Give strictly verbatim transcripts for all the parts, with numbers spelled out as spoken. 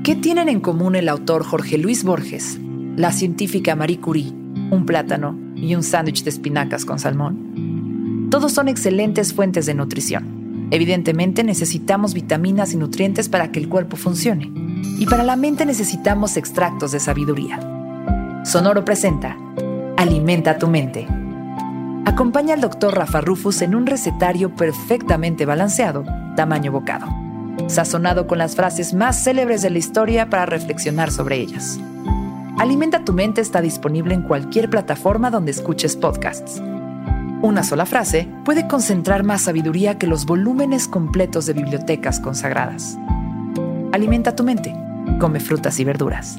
¿Qué tienen en común el autor Jorge Luis Borges, la científica Marie Curie, un plátano y un sándwich de espinacas con salmón? Todos son excelentes fuentes de nutrición. Evidentemente necesitamos vitaminas y nutrientes para que el cuerpo funcione. Y para la mente necesitamos extractos de sabiduría. Sonoro presenta Alimenta tu mente. Acompaña al doctor Rafa Rufus en un recetario perfectamente balanceado, tamaño bocado, sazonado con las frases más célebres de la historia para reflexionar sobre ellas. Alimenta tu mente está disponible en cualquier plataforma donde escuches podcasts. Una sola frase puede concentrar más sabiduría que los volúmenes completos de bibliotecas consagradas. Alimenta tu mente. Come frutas y verduras.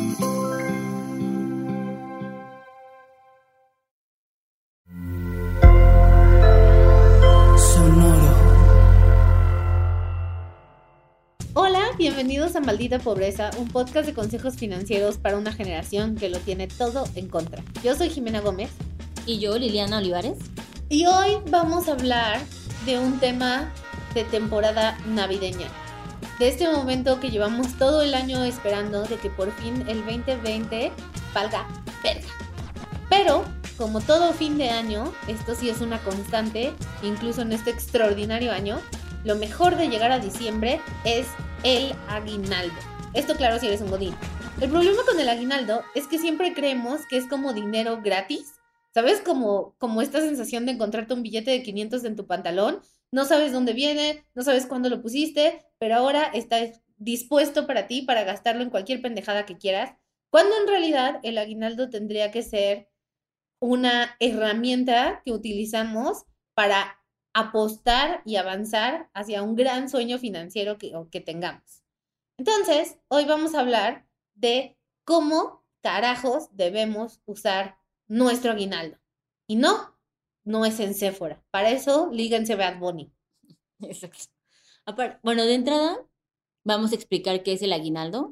Bienvenidos a Maldita Pobreza, un podcast de consejos financieros para una generación que lo tiene todo en contra. Yo soy Jimena Gómez. Y yo, Liliana Olivares. Y hoy vamos a hablar de un tema de temporada navideña. De este momento que llevamos todo el año esperando de que por fin el veinte veinte valga verga. Pero, como todo fin de año, esto sí es una constante, incluso en este extraordinario año, lo mejor de llegar a diciembre es el aguinaldo. Esto claro si eres un godín. El problema con el aguinaldo es que siempre creemos que es como dinero gratis. ¿Sabes? Como, como esta sensación de encontrarte un billete de quinientos en tu pantalón. No sabes dónde viene, no sabes cuándo lo pusiste, pero ahora está dispuesto para ti para gastarlo en cualquier pendejada que quieras. Cuando en realidad el aguinaldo tendría que ser una herramienta que utilizamos para apostar y avanzar hacia un gran sueño financiero que, que tengamos. Entonces, hoy vamos a hablar de cómo carajos debemos usar nuestro aguinaldo. Y no, no es en Sephora. Para eso, líguense Bad Bunny. Exacto. Bueno, de entrada, vamos a explicar qué es el aguinaldo.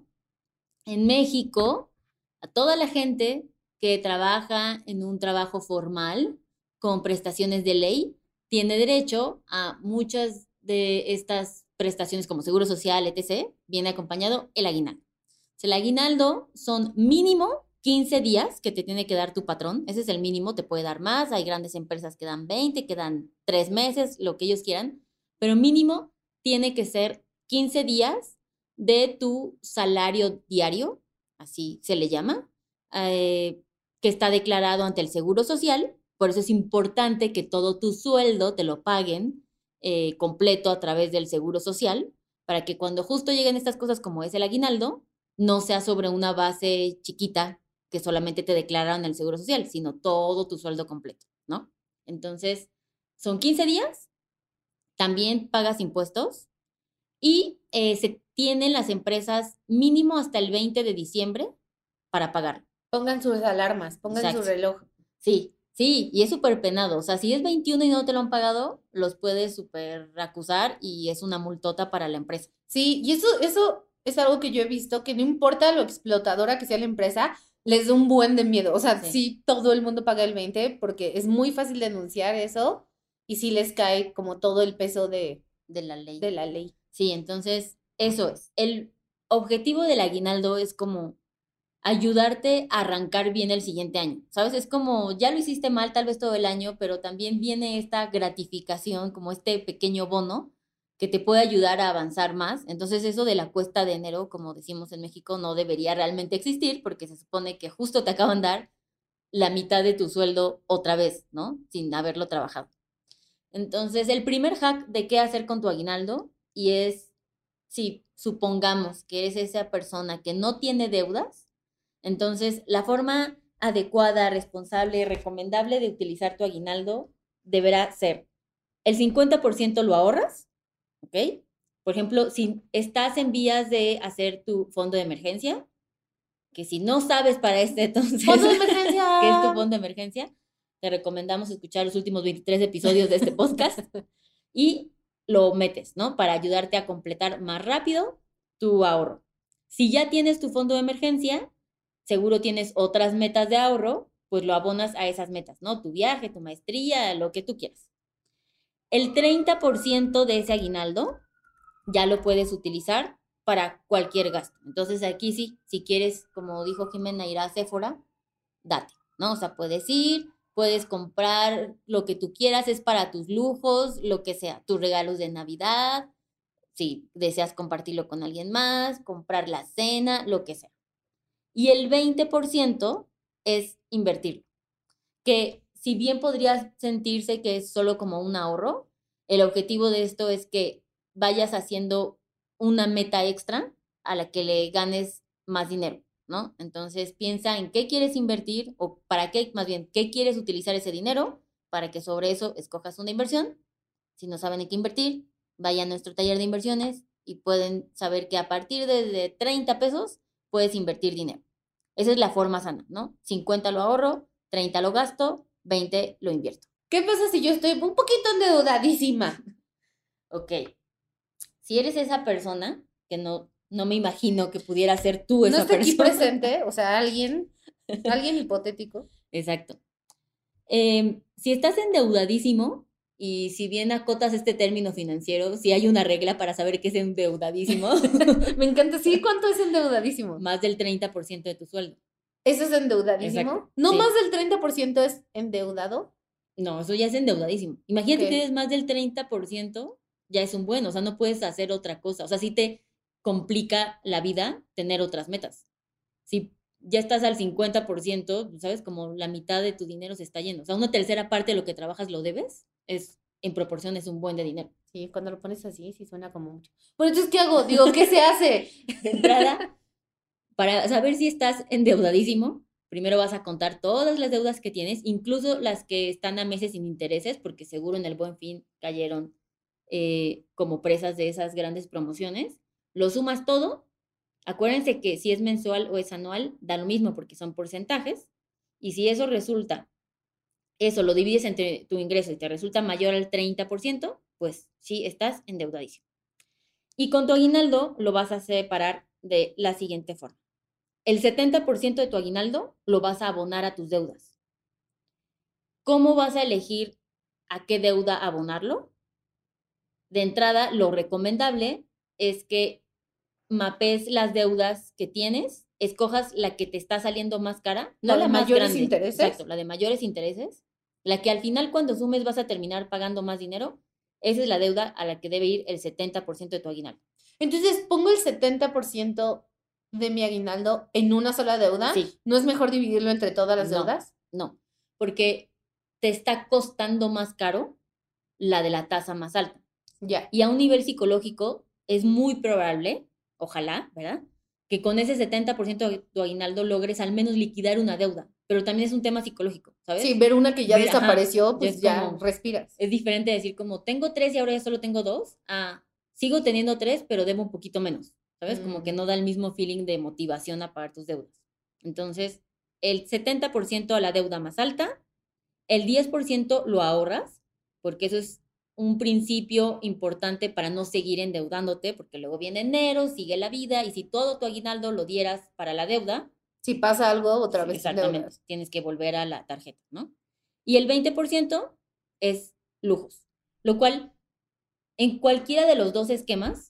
En México, a toda la gente que trabaja en un trabajo formal con prestaciones de ley, tiene derecho a muchas de estas prestaciones como seguro social, etcétera. Viene acompañado el aguinaldo. El aguinaldo son mínimo quince días que te tiene que dar tu patrón. Ese es el mínimo, te puede dar más. Hay grandes empresas que dan veinte, que dan tres meses, lo que ellos quieran. Pero mínimo tiene que ser quince días de tu salario diario, así se le llama, eh, que está declarado ante el Seguro Social. Por eso es importante que todo tu sueldo te lo paguen eh, completo a través del Seguro Social, para que cuando justo lleguen estas cosas como es el aguinaldo, no sea sobre una base chiquita que solamente te declararon el Seguro Social, sino todo tu sueldo completo, ¿no? Entonces, son quince días, también pagas impuestos y eh, se tienen las empresas mínimo hasta el veinte de diciembre para pagarlo. Pongan sus alarmas, pongan Exacto. su reloj. Sí. Sí, y es súper penado. O sea, si es veintiuno y no te lo han pagado, los puedes súper acusar y es una multota para la empresa. Sí, y eso, eso es algo que yo he visto, que no importa lo explotadora que sea la empresa, les da un buen de miedo. O sea, sí, sí todo el mundo paga el veinte porque es muy fácil denunciar eso y sí les cae como todo el peso de, de la ley. De la ley. Sí, entonces eso es. El objetivo del aguinaldo es como ayudarte a arrancar bien el siguiente año, ¿sabes? Es como, ya lo hiciste mal tal vez todo el año, pero también viene esta gratificación, como este pequeño bono que te puede ayudar a avanzar más. Entonces eso de la cuesta de enero, como decimos en México, no debería realmente existir porque se supone que justo te acaban de dar la mitad de tu sueldo otra vez, ¿no? Sin haberlo trabajado. Entonces el primer hack de qué hacer con tu aguinaldo, y es, si supongamos que eres esa persona que no tiene deudas, entonces, la forma adecuada, responsable y recomendable de utilizar tu aguinaldo deberá ser el cincuenta por ciento lo ahorras, ¿ok? Por ejemplo, si estás en vías de hacer tu fondo de emergencia, que si no sabes para este entonces ¡Fondo de emergencia! ¿qué es tu fondo de emergencia? Te recomendamos escuchar los últimos veintitrés episodios de este podcast y lo metes, ¿no? Para ayudarte a completar más rápido tu ahorro. Si ya tienes tu fondo de emergencia, seguro tienes otras metas de ahorro, pues lo abonas a esas metas, ¿no? Tu viaje, tu maestría, lo que tú quieras. El treinta por ciento de ese aguinaldo ya lo puedes utilizar para cualquier gasto. Entonces aquí sí, si quieres, como dijo Jimena, ir a Sephora, date, ¿no? O sea, puedes ir, puedes comprar lo que tú quieras, es para tus lujos, lo que sea, tus regalos de Navidad, si deseas compartirlo con alguien más, comprar la cena, lo que sea. Y el veinte por ciento es invertirlo, que si bien podría sentirse que es solo como un ahorro, el objetivo de esto es que vayas haciendo una meta extra a la que le ganes más dinero, ¿no? Entonces piensa en qué quieres invertir o para qué, más bien, qué quieres utilizar ese dinero para que sobre eso escojas una inversión. Si no saben en qué invertir, vayan a nuestro taller de inversiones y pueden saber que a partir de, de treinta pesos puedes invertir dinero. Esa es la forma sana, ¿no? cincuenta lo ahorro, treinta lo gasto, veinte lo invierto. ¿Qué pasa si yo estoy un poquito endeudadísima? Ok. Si eres esa persona, que no, no me imagino que pudiera ser tú esa no está persona. aquí presente, o sea, alguien, alguien hipotético. Exacto. Eh, si estás endeudadísimo, y si bien acotas este término financiero, si hay una regla para saber qué es endeudadísimo. Me encanta, sí, ¿cuánto es endeudadísimo? Más del treinta por ciento de tu sueldo. ¿Eso es endeudadísimo? Exacto, ¿No sí. más del treinta por ciento es endeudado? No, eso ya es endeudadísimo. Imagínate Ok. que tienes más del treinta por ciento, ya es un buen, o sea, no puedes hacer otra cosa. O sea, sí te complica la vida tener otras metas. Si ya estás al cincuenta por ciento, ¿sabes? Como la mitad de tu dinero se está yendo. O sea, una tercera parte de lo que trabajas lo debes, es en proporción es un buen de dinero. Sí, cuando lo pones así, sí suena como mucho. Pero entonces, ¿qué hago? Digo, ¿qué se hace? De entrada, para saber si estás endeudadísimo, primero vas a contar todas las deudas que tienes, incluso las que están a meses sin intereses, porque seguro en el Buen Fin cayeron eh, como presas de esas grandes promociones. Lo sumas todo. Acuérdense que si es mensual o es anual, da lo mismo porque son porcentajes. Y si eso resulta, eso lo divides entre tu ingreso y te resulta mayor al treinta por ciento, pues sí estás endeudadísimo. Y con tu aguinaldo lo vas a separar de la siguiente forma. El setenta por ciento de tu aguinaldo lo vas a abonar a tus deudas. ¿Cómo vas a elegir a qué deuda abonarlo? De entrada, lo recomendable es que mapees las deudas que tienes, escojas la que te está saliendo más cara, no ¿La de la más mayores grande. intereses? Exacto, la de mayores intereses, la que al final cuando sumes vas a terminar pagando más dinero. Esa es la deuda a la que debe ir el setenta por ciento de tu aguinaldo. Entonces, ¿pongo el setenta por ciento de mi aguinaldo en una sola deuda? Sí. ¿No es mejor dividirlo entre todas las No, deudas? No, porque te está costando más caro la de la tasa más alta. Ya. Y a un nivel psicológico es muy probable, ojalá, ¿verdad?, que con ese setenta por ciento de tu aguinaldo logres al menos liquidar una deuda. Pero también es un tema psicológico, ¿sabes? Sí, ver una que ya Ver, ajá, desapareció, ya pues es ya, como- respiras. Es diferente decir como, tengo tres y ahora ya solo tengo dos. Ah, sigo teniendo tres, pero debo un poquito menos, ¿sabes? Como que Mm. no da el mismo feeling de motivación a pagar tus deudas. Entonces, el setenta por ciento a la deuda más alta, el diez por ciento lo ahorras, porque eso es un principio importante para no seguir endeudándote, porque luego viene enero, sigue la vida, y si todo tu aguinaldo lo dieras para la deuda, Si pasa algo, otra sí, vez exactamente, endeudas. tienes que volver a la tarjeta, ¿no? Y el veinte por ciento es lujos, lo cual en cualquiera de los dos esquemas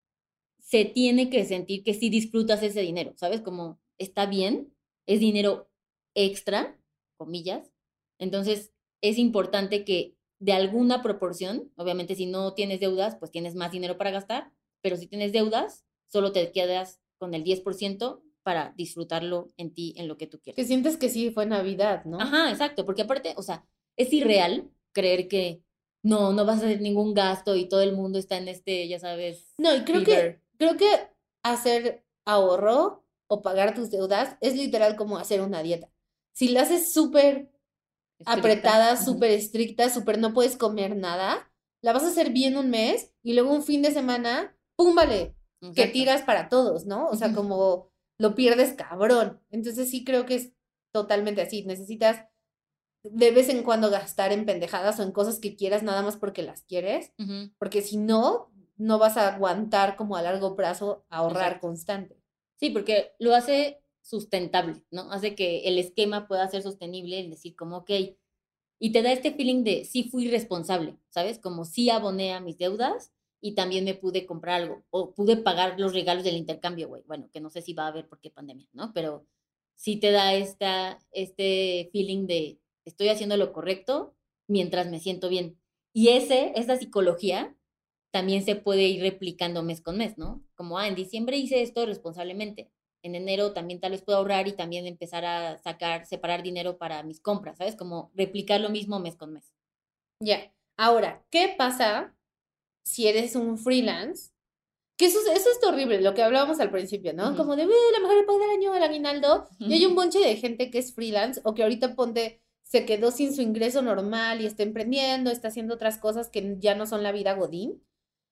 se tiene que sentir que sí disfrutas ese dinero, ¿sabes? Como está bien, es dinero extra, comillas. Entonces, es importante que de alguna proporción, obviamente si no tienes deudas, pues tienes más dinero para gastar, pero si tienes deudas, solo te quedas con el diez por ciento para disfrutarlo en ti, en lo que tú Que quieres. sientes que sí fue Navidad, ¿no? Ajá, exacto, porque aparte, o sea, es irreal creer que no, no vas a hacer ningún gasto y todo el mundo está en este, ya sabes, No, y creo que, fever. creo que hacer ahorro o pagar tus deudas es literal como hacer una dieta. Si la haces súper Estricta. apretada, Ujú. súper estricta, súper no puedes comer nada, la vas a hacer bien un mes y luego un fin de semana, ¡pum! Vale, que Exacto. tiras para todos, ¿no? O sea, Ujú. como lo pierdes cabrón. Entonces sí creo que es totalmente así. Necesitas de vez en cuando gastar en pendejadas o en cosas que quieras nada más porque las quieres, Ujú. porque si no, no vas a aguantar como a largo plazo ahorrar Exacto. constante. Sí, porque lo hace sustentable, ¿no? Hace que el esquema pueda ser sostenible, es decir, como, ok, y te da este feeling de sí fui responsable, ¿sabes? Como sí aboné a mis deudas y también me pude comprar algo, o pude pagar los regalos del intercambio, güey. Bueno, que no sé si va a haber porque pandemia, ¿no? Pero sí te da esta, este feeling de estoy haciendo lo correcto mientras me siento bien. Y ese, esa psicología también se puede ir replicando mes con mes, ¿no? Como, ah, en diciembre hice esto responsablemente. En enero también tal vez puedo ahorrar y también empezar a sacar, separar dinero para mis compras, ¿sabes? Como replicar lo mismo mes con mes. Ya. Ahora, ¿qué pasa si eres un freelance? Que eso, es- eso es horrible, lo que hablábamos al principio, ¿no? Ujú. Como de, "Uh, la mejor paga del año, el aguinaldo". Y hay un bonche de gente que es freelance o que ahorita ponte, se quedó sin su ingreso normal y está emprendiendo, está haciendo otras cosas que ya no son la vida godín.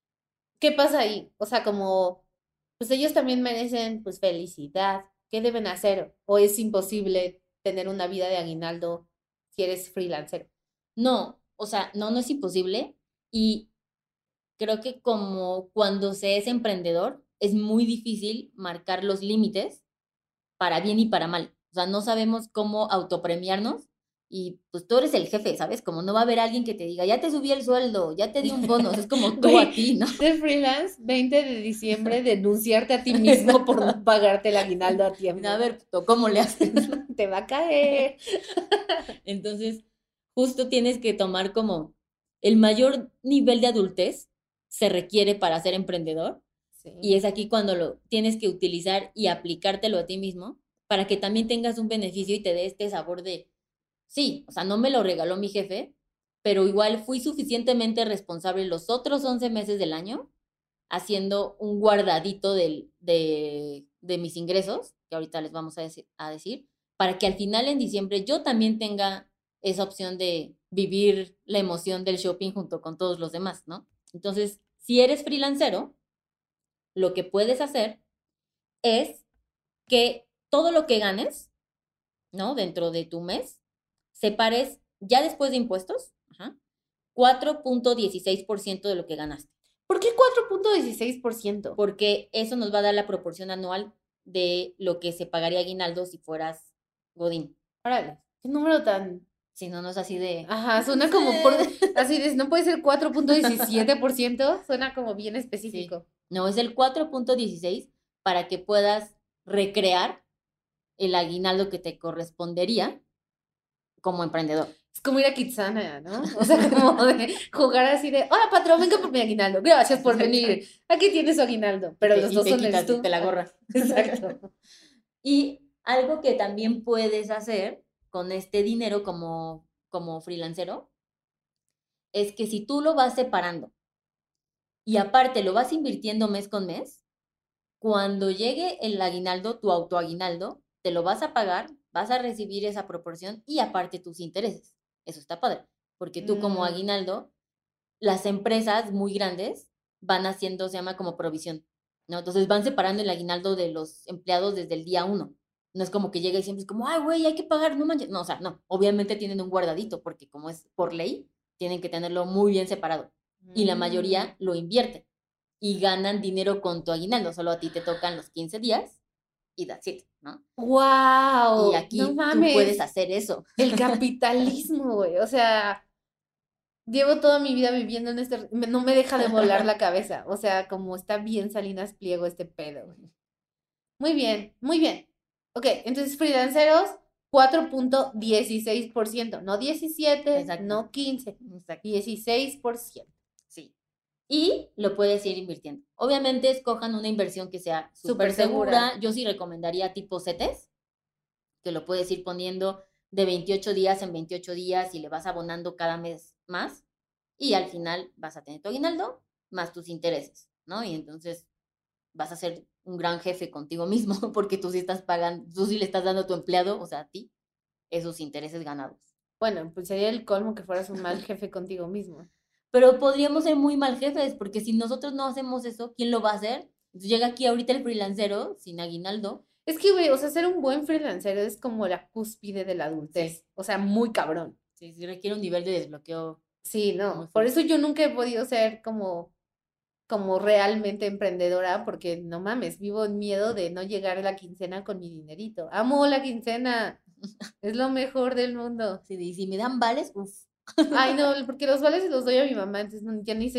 ¿Qué pasa ahí? O sea, como, pues ellos también merecen, pues, felicidad. ¿Qué deben hacer? ¿O es imposible tener una vida de aguinaldo si eres freelancer? No, o sea, no, no es imposible. Y creo que como cuando se es emprendedor, es muy difícil marcar los límites para bien y para mal. O sea, no sabemos cómo autopremiarnos y pues tú eres el jefe, ¿sabes? Como no va a haber alguien que te diga, ya te subí el sueldo, ya te di un bono, o sea, es como tú a Güey, ti, ¿no? ser freelance, veinte de diciembre, denunciarte a ti mismo por no pagarte el aguinaldo a tiempo. A ver, puto, ¿cómo le haces? Te va a caer. Entonces, justo tienes que tomar como el mayor nivel de adultez se requiere para ser emprendedor. Y Sí. es aquí cuando lo tienes que utilizar y aplicártelo a ti mismo para que también tengas un beneficio y te dé este sabor de, sí, o sea, no me lo regaló mi jefe, pero igual fui suficientemente responsable los otros once meses del año haciendo un guardadito del, de, de mis ingresos, que ahorita les vamos a, deci- a decir, para que al final en diciembre yo también tenga esa opción de vivir la emoción del shopping junto con todos los demás, ¿no? Entonces, si eres freelancero, lo que puedes hacer es que todo lo que ganes, ¿no? Dentro de tu mes, separes ya después de impuestos, ajá, cuatro punto dieciséis por ciento de lo que ganaste, ¿Por qué cuatro punto dieciséis por ciento? porque eso nos va a dar la proporción anual de lo que se pagaría aguinaldo si fueras Godín. Órale, qué número tan... Si no, no es así de... Ajá, suena como por... Así de, no puede ser cuatro punto diecisiete por ciento, suena como bien Sí. específico. No, es el cuatro punto dieciséis para que puedas recrear el aguinaldo que te correspondería como emprendedor. Es como ir a Kitsana, ¿no? O sea, como de jugar así de, hola patrón, venga por mi aguinaldo, gracias por venir, aquí tienes su aguinaldo, pero Y te- los y dos te son quitas, eres tú. te la gorra. Exacto. Y algo que también puedes hacer con este dinero como, como freelancero es que si tú lo vas separando y aparte lo vas invirtiendo mes con mes, cuando llegue el aguinaldo, tu autoaguinaldo, te lo vas a pagar, vas a recibir esa proporción y aparte tus intereses. Eso está padre, porque tú como Mm, aguinaldo, las empresas muy grandes van haciendo, se llama como provisión, ¿no? Entonces van separando el aguinaldo de los empleados desde el día uno. No es como que llega y siempre es como, ay, güey, hay que pagar, no manches. No, o sea, no, obviamente tienen un guardadito, porque como es por ley, tienen que tenerlo muy bien separado. Y la mm. mayoría lo invierte y ganan dinero con tu aguinaldo. Solo a ti te tocan los quince días y that's it, ¿no? Y ¡Wow! aquí No tú puedes mames. hacer eso. El capitalismo, güey. O sea, llevo toda mi vida viviendo en este... me- No me deja de volar la cabeza. O sea, como está bien Salinas Pliego este pedo, güey. Muy bien, muy bien. Ok, entonces freelanceros, cuatro punto dieciséis por ciento. No diecisiete, Exacto. no quince, Exacto. dieciséis por ciento. Sí. Y lo puedes ir invirtiendo. Obviamente escojan una inversión que sea súper Súper segura. segura. Yo sí recomendaría tipo CETES, que lo puedes ir poniendo de veintiocho días en veintiocho días y le vas abonando cada mes más. Y al final vas a tener tu aguinaldo más tus intereses, ¿no? Y entonces vas a ser un gran jefe contigo mismo porque tú sí estás pagando, tú sí le estás dando a tu empleado, o sea, a ti, esos intereses ganados. Bueno, pues sería el colmo que fueras un mal jefe contigo mismo. Pero podríamos ser muy mal jefes, porque si nosotros no hacemos eso, ¿quién lo va a hacer? Entonces llega aquí ahorita el freelancero sin aguinaldo. Es que, güey, o sea, ser un buen freelancer es como la cúspide de la adultez. Sí. O sea, muy cabrón. Sí, sí requiere un nivel de desbloqueo. Sí, Muy no. fuerte. Por eso yo nunca he podido ser como, como realmente emprendedora, porque no mames, vivo en miedo de no llegar a la quincena con mi dinerito. Amo la quincena. Es lo mejor del mundo. Sí, y si me dan vales, uff. Ay, no, porque los vales se los doy a mi mamá, entonces no- ya ni sé ni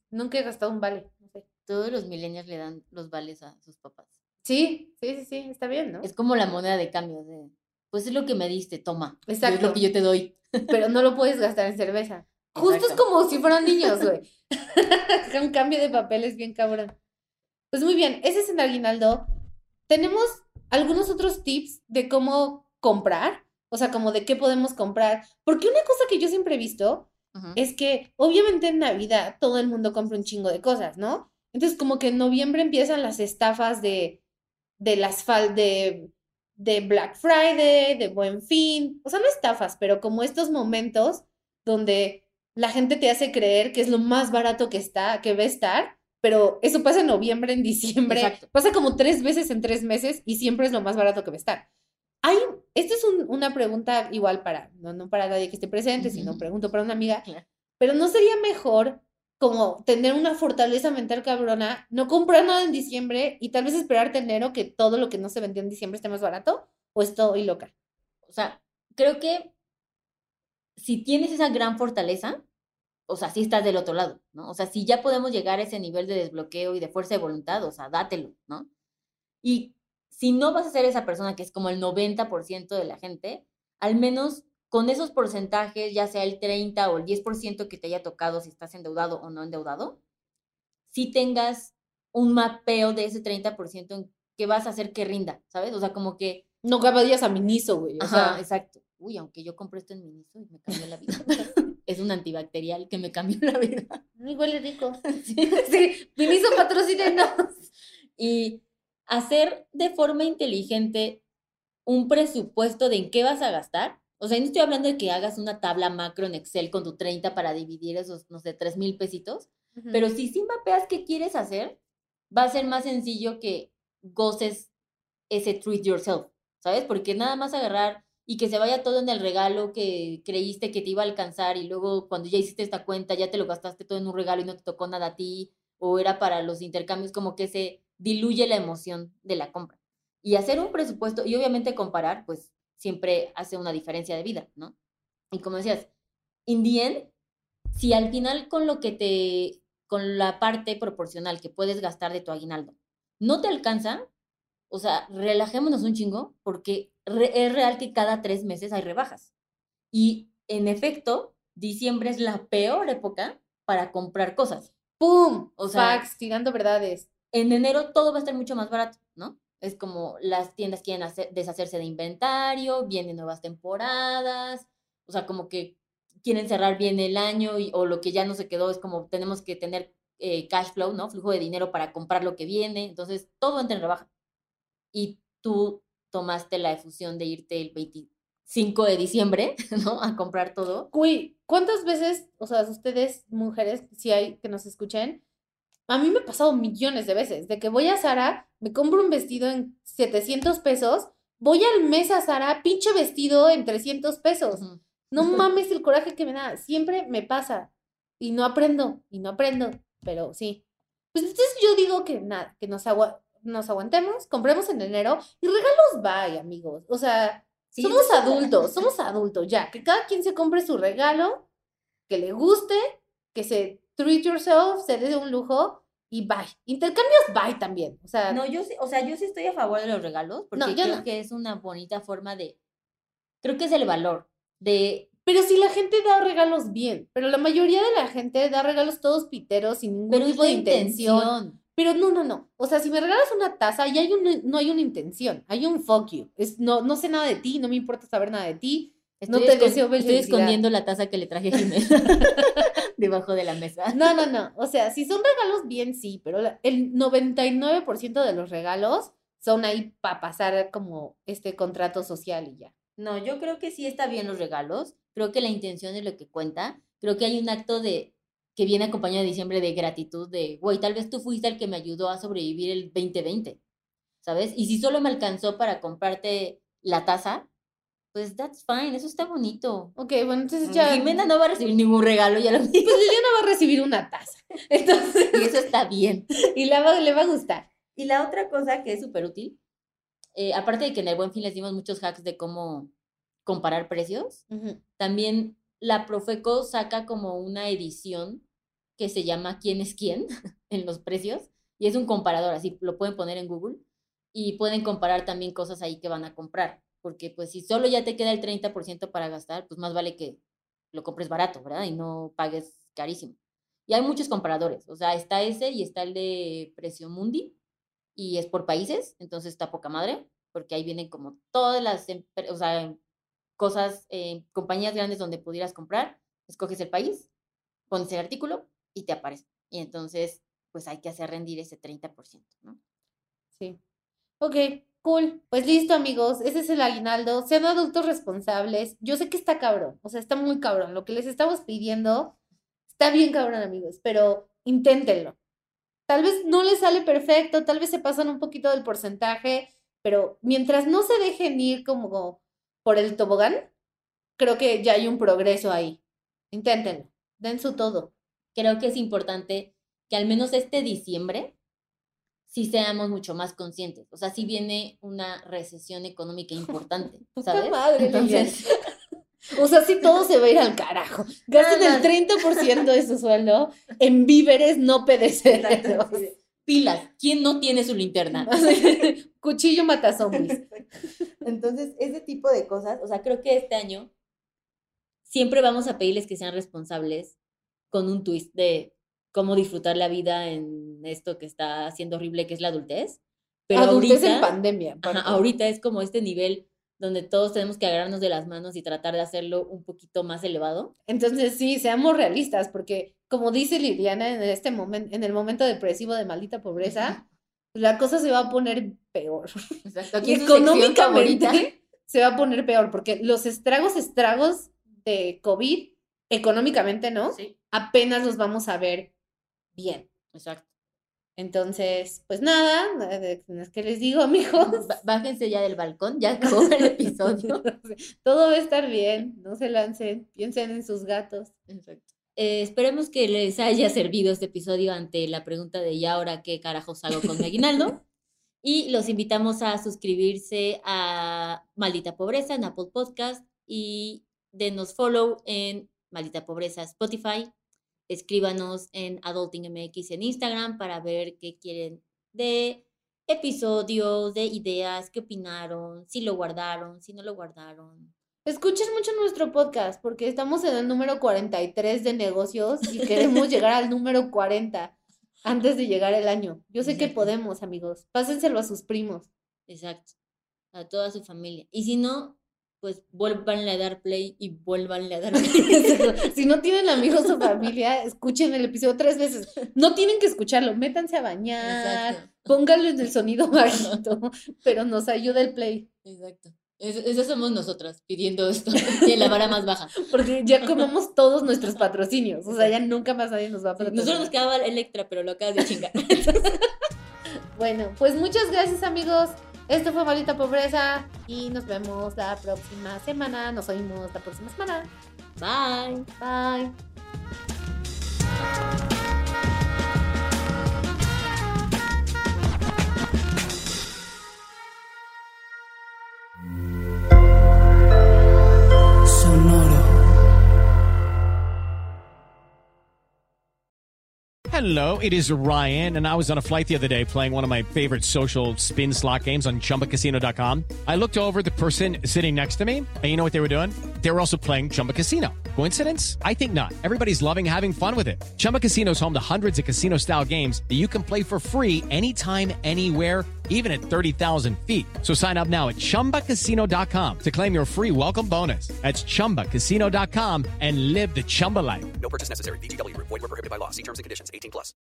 Nunca he gastado un vale. No sé. Todos los millennials le dan los vales a sus papás. Sí, sí, sí, sí, está bien, ¿no? Es como la moneda de cambio. De, pues es lo que me diste, toma. Exacto. Es lo que yo te doy. Pero no lo puedes gastar en cerveza. Justo Exacto. es como si fueran niños, güey. Un cambio de papeles bien cabrón. Pues muy bien, ese es el aguinaldo. Tenemos algunos otros tips de cómo comprar, o sea, como de qué podemos comprar. Porque una cosa que yo siempre he visto Ujú. es que obviamente en Navidad todo el mundo compra un chingo de cosas, ¿no? Entonces como que en noviembre empiezan las estafas de, de las fal de, de Black Friday, de Buen Fin, o sea, no estafas, pero como estos momentos donde la gente te hace creer que es lo más barato que está, que va a estar, pero eso pasa en noviembre, en diciembre, Exacto. pasa como tres veces en tres meses y siempre es lo más barato que va a estar. Hay, esta es un- una pregunta igual para, no, no para nadie que esté presente, sino pregunto para una amiga, Claro. pero ¿no sería mejor como tener una fortaleza mental cabrona, no comprar nada en diciembre y tal vez esperarte enero que todo lo que no se vendió en diciembre esté más barato? ¿O estoy loca? O sea, creo que si tienes esa gran fortaleza, o sea, sí estás del otro lado, ¿no? O sea, si ya podemos llegar a ese nivel de desbloqueo y de fuerza de voluntad, o sea, dátelo, ¿no? Y si no vas a ser esa persona que es como el noventa por ciento de la gente, al menos con esos porcentajes, ya sea el treinta o el diez por ciento que te haya tocado si estás endeudado o no endeudado, si tengas un mapeo de ese treinta por ciento en que vas a hacer que rinda, ¿sabes? O sea, como que... No vayas a Miniso, güey. O Ajá, sea, exacto. Uy, aunque yo compré esto en Miniso y me cambió la vida. Es un antibacterial que me cambió la vida. muy huele rico. Sí. Sí, Miniso patrocínenos. Y hacer de forma inteligente un presupuesto de en qué vas a gastar. O sea, no estoy hablando de que hagas una tabla macro en Excel con tu treinta para dividir esos, no sé, tres mil pesitos. Ujú. Pero si sí mapeas qué quieres hacer, va a ser más sencillo que goces ese treat yourself, ¿sabes? Porque nada más agarrar y que se vaya todo en el regalo que creíste que te iba a alcanzar y luego cuando ya hiciste esta cuenta ya te lo gastaste todo en un regalo y no te tocó nada a ti o era para los intercambios, como que se diluye la emoción de la compra. Y hacer un presupuesto y obviamente comparar, pues siempre hace una diferencia de vida, ¿no? Y como decías, in the end, si al final con lo que te, con la parte proporcional que puedes gastar de tu aguinaldo, no te alcanza, o sea, relajémonos un chingo porque re- es real que cada tres meses hay rebajas. Y en efecto, diciembre es la peor época para comprar cosas. ¡Pum! O sea, Facts, tirando verdades. En enero todo va a estar mucho más barato, ¿no? Es como las tiendas quieren hacer, deshacerse de inventario, vienen nuevas temporadas, o sea, como que quieren cerrar bien el año y, o lo que ya no se quedó es como tenemos que tener eh, cash flow, ¿no? Flujo de dinero para comprar lo que viene, entonces todo entra en rebaja. Y tú tomaste la efusión de irte el veinticinco de diciembre, ¿no? A comprar todo. Güey, ¿cuántas veces, o sea, ustedes, mujeres, si hay que nos escuchen, a mí me ha pasado millones de veces, de que voy a Zara, me compro un vestido en setecientos pesos, voy al mes a Zara, pinche vestido en trescientos pesos. Ujú. No mames el coraje que me da, siempre me pasa. Y no aprendo, y no aprendo, pero sí. Pues entonces yo digo que nada, que nos, agua- nos aguantemos, compremos en enero y regalos bye, amigos. O sea, Sí, somos eso está- adultos, somos adultos ya, que cada quien se compre su regalo, que le guste, que se treat yourself, se dé un lujo y bye. Intercambios bye también. O sea, No, yo sí, o sea, yo sí estoy a favor de los regalos porque No, yo creo no. que es una bonita forma de, creo que es el valor de, pero si la gente da regalos bien, pero la mayoría de la gente da regalos todos piteros sin ningún pero es tipo la de intención. intención. Pero no, no, no. O sea, si me regalas una taza, ya hay un, no hay una intención, hay un fuck you. Es, no, no sé nada de ti, no me importa saber nada de ti. Estoy, no te escon- deseo estoy felicidad. escondiendo la taza que le traje a Jimena debajo de la mesa. No, no, no. O sea, si son regalos, bien sí, pero la- el noventa y nueve por ciento de los regalos son ahí para pasar como este contrato social y ya. No, yo creo que sí está bien los regalos. Creo que la intención es lo que cuenta. Creo que hay un acto de que viene acompañado de diciembre de gratitud, de, güey, tal vez tú fuiste el que me ayudó a sobrevivir el veinte veinte, ¿sabes? Y si solo me alcanzó para comprarte la taza, pues that's fine, eso está bonito. Ok, bueno, entonces ya. Jimena no va a recibir ningún regalo, ya lo Pues dije. Liliana va a recibir una taza. Entonces, Y eso está bien. y la va- le va a gustar. Y la otra cosa que es súper útil, eh, aparte de que en el Buen Fin les dimos muchos hacks de cómo comparar precios, Ujú. también la Profeco saca como una edición que se llama ¿Quién es quién? En los precios, y es un comparador, así lo pueden poner en Google, y pueden comparar también cosas ahí que van a comprar, porque pues si solo ya te queda el treinta por ciento para gastar, pues más vale que lo compres barato, ¿verdad? Y no pagues carísimo. Y hay muchos comparadores, o sea, está ese y está el de Precio Mundi, y es por países, entonces está poca madre, porque ahí vienen como todas las, o sea, cosas, eh, compañías grandes donde pudieras comprar, escoges el país, pones el artículo y te aparece. Y entonces, pues hay que hacer rendir ese treinta por ciento, ¿no? Sí. Ok, cool. Pues listo, amigos. Ese es el aguinaldo. Sean adultos responsables. Yo sé que está cabrón, o sea, está muy cabrón. Lo que les estamos pidiendo está bien cabrón, amigos, pero inténtenlo. Tal vez no les sale perfecto, tal vez se pasan un poquito del porcentaje, pero mientras no se dejen ir como por el tobogán, creo que ya hay un progreso ahí. Inténtenlo, den su todo. Creo que es importante que al menos este diciembre sí seamos mucho más conscientes. O sea, sí viene una recesión económica importante, ¿sabes? Puta madre, Entonces, o sea, sí todo se va a ir al carajo. Gasten Nada. el treinta por ciento de su sueldo en víveres no perecederos. pilas. ¿Quién no tiene su linterna? Cuchillo mata zombies. Entonces, ese tipo de cosas, o sea, creo que este año siempre vamos a pedirles que sean responsables con un twist de cómo disfrutar la vida en esto que está siendo horrible, que es la adultez. Pero Adultez ahorita, en pandemia. ajá, ahorita es como este nivel donde todos tenemos que agarrarnos de las manos y tratar de hacerlo un poquito más elevado. Entonces, sí, seamos realistas, porque como dice Liliana, en este momento, en el momento depresivo de maldita pobreza, la cosa se va a poner peor. Exacto. Y Aquí es su sección favorita. económicamente se va a poner peor, porque los estragos, estragos de COVID, económicamente, ¿no? Sí, Apenas los vamos a ver bien. exacto. Entonces, pues nada, es que les digo, amigos, Bá- Bájense ya del balcón, ya acabó el episodio. todo va a estar bien, no se lancen, piensen en sus gatos. Exacto. Eh, esperemos que les haya servido este episodio ante la pregunta de ¿y ahora qué carajos hago con mi aguinaldo? Y los invitamos a suscribirse a Maldita Pobreza en Apple Podcast y denos follow en Maldita Pobreza Spotify. Escríbanos en Adulting M X en Instagram para ver qué quieren de episodios, de ideas, qué opinaron, si lo guardaron, si no lo guardaron. Escuchen mucho nuestro podcast porque estamos en el número cuarenta y tres de negocios y queremos llegar al número cuarenta antes de llegar el año. Yo sé que Exacto. podemos, amigos. Pásenselo a sus primos. Exacto. A toda su familia. Y si no, pues vuélvanle a dar play y vuélvanle a dar play. Si no tienen amigos o familia, escuchen el episodio tres veces. No tienen que escucharlo, métanse a bañar, Exacto. pónganlo en el sonido bajito, pero nos ayuda el play. Exacto. Eso, eso somos nosotras pidiendo esto y en la vara más baja. Porque ya comemos todos nuestros patrocinios. O sea, ya nunca más nadie nos va a patrocinar. Nosotros nos quedaba Electra, pero lo acabas de chingar. Bueno, pues muchas gracias, amigos. Esto fue Maldita Pobreza y nos vemos la próxima semana. Nos oímos la próxima semana. Bye. Bye. Hello, it is Ryan, and I was on a flight the other day playing one of my favorite social spin slot games on Chumba Casino dot com. I looked over at the person sitting next to me, and you know what they were doing? They were also playing Chumba Casino. Coincidence? I think not. Everybody's loving having fun with it. Chumba Casino is home to hundreds of casino-style games that you can play for free anytime, anywhere, even at thirty thousand feet. So sign up now at Chumba Casino dot com to claim your free welcome bonus. That's Chumba Casino dot com and live the Chumba life. No purchase necessary. V G W Group. Void where prohibited by law. See terms and conditions. eighteen plus.